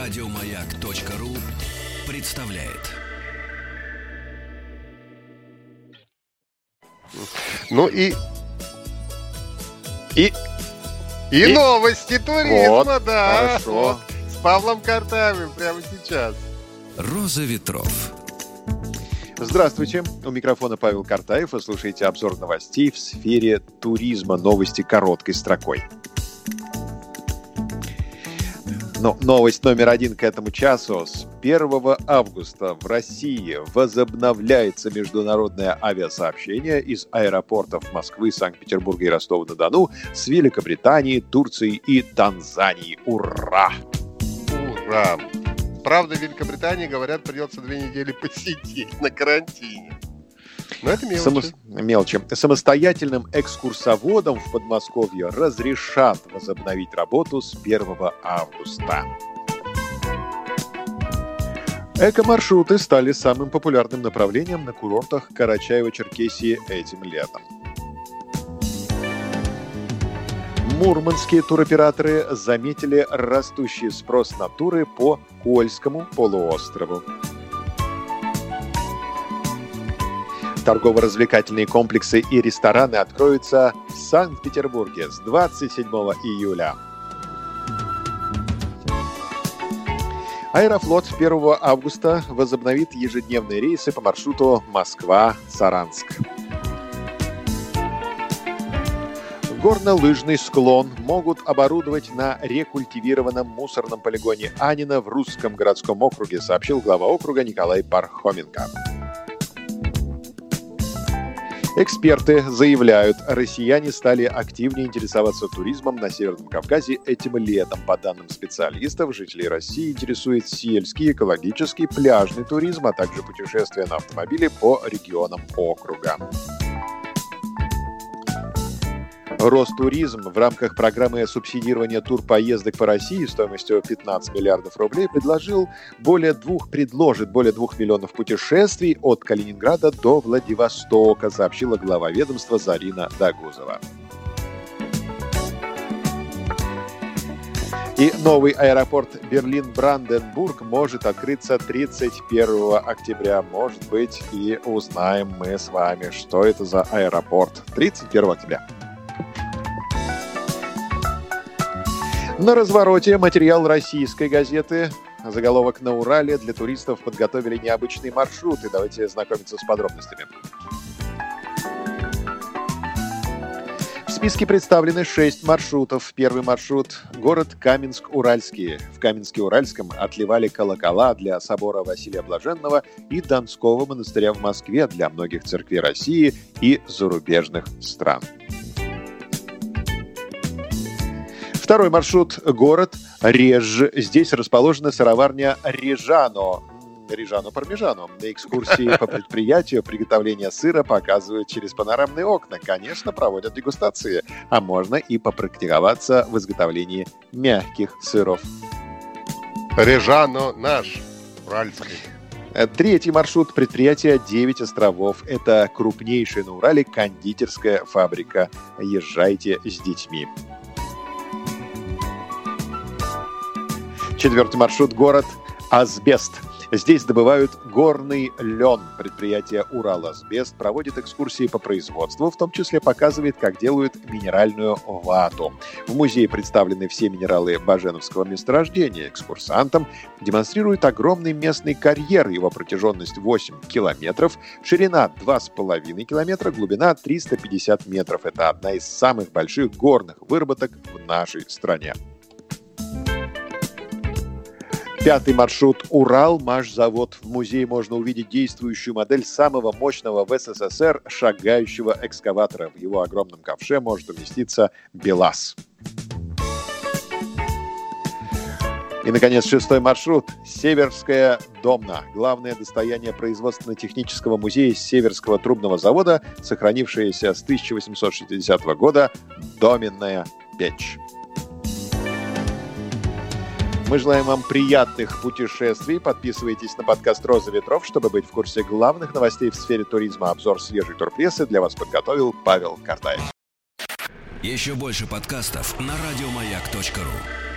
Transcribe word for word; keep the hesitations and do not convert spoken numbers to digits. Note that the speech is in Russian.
Радиомаяк.ру представляет. Ну и... И... И, и новости туризма, вот, да. Хорошо. Вот, с Павлом Картаевым прямо сейчас. Роза ветров. Здравствуйте. У микрофона Павел Картаев. Вы слушаете обзор новостей в сфере туризма. Новости короткой строкой. Но новость номер один к этому часу. С первого августа в России возобновляется международное авиасообщение из аэропортов Москвы, Санкт-Петербурга и Ростова-на-Дону с Великобританией, Турцией и Танзанией. Ура! Ура! Правда, в Великобритании, говорят, придется две недели посидеть на карантине. Но это мелочи. Само... мелочи. Самостоятельным экскурсоводам в Подмосковье разрешат возобновить работу с первого августа. Эко-маршруты стали самым популярным направлением на курортах Карачаево-Черкесии этим летом. Мурманские туроператоры заметили растущий спрос на туры по Кольскому полуострову. Торгово-развлекательные комплексы и рестораны откроются в Санкт-Петербурге с двадцать седьмого июля. Аэрофлот первого августа возобновит ежедневные рейсы по маршруту Москва-Саранск. Горно-лыжный склон могут оборудовать на рекультивированном мусорном полигоне Анина в Русском городском округе, сообщил глава округа Николай Пархоменко. Эксперты заявляют, россияне стали активнее интересоваться туризмом на Северном Кавказе этим летом. По данным специалистов, жителей России интересует сельский, экологический, пляжный туризм, а также путешествия на автомобиле по регионам округа. Ростуризм в рамках программы субсидирования турпоездок по России стоимостью пятнадцать миллиардов рублей предложил более двух, предложит более двух миллионов путешествий от Калининграда до Владивостока, сообщила глава ведомства Зарина Дагузова. И новый аэропорт Берлин-Бранденбург может открыться тридцать первого октября. Может быть, и узнаем мы с вами, что это за аэропорт. тридцать первого октября. На развороте материал российской газеты. Заголовок: «На Урале для туристов подготовили необычные маршруты». Давайте знакомиться с подробностями. В списке представлены шесть маршрутов. Первый маршрут – город Каменск-Уральский. В Каменске-Уральском отливали колокола для собора Василия Блаженного и Донского монастыря в Москве для многих церквей России и зарубежных стран. Второй маршрут – город Реж. Здесь расположена сыроварня Режано. Режано-Пармежано. На экскурсии по предприятию приготовления сыра показывают через панорамные окна. Конечно, проводят дегустации, а можно и попрактиковаться в изготовлении мягких сыров. Режано наш, уральский. Третий маршрут – предприятие «Девять островов». Это крупнейшая на Урале кондитерская фабрика. Езжайте с детьми. Четвертый маршрут – город Асбест. Здесь добывают горный лен. Предприятие «Ураласбест» проводит экскурсии по производству, в том числе показывает, как делают минеральную вату. В музее представлены все минералы баженовского месторождения. Экскурсантам демонстрируют огромный местный карьер. Его протяженность восемь километров, ширина два с половиной километра, глубина триста пятьдесят метров. Это одна из самых больших горных выработок в нашей стране. Пятый маршрут – Уралмашзавод. В музее можно увидеть действующую модель самого мощного в СССР шагающего экскаватора. В его огромном ковше может уместиться БелАЗ. И, наконец, шестой маршрут – Северская Домна. Главное достояние производственно-технического музея Северского трубного завода, сохранившаяся с тысяча восемьсот шестидесятого года доменная печь. Мы желаем вам приятных путешествий. Подписывайтесь на подкаст «Роза ветров», чтобы быть в курсе главных новостей в сфере туризма. Обзор свежей турпрессы для вас подготовил Павел Картаев. Еще больше подкастов на радиомаяк точка ру.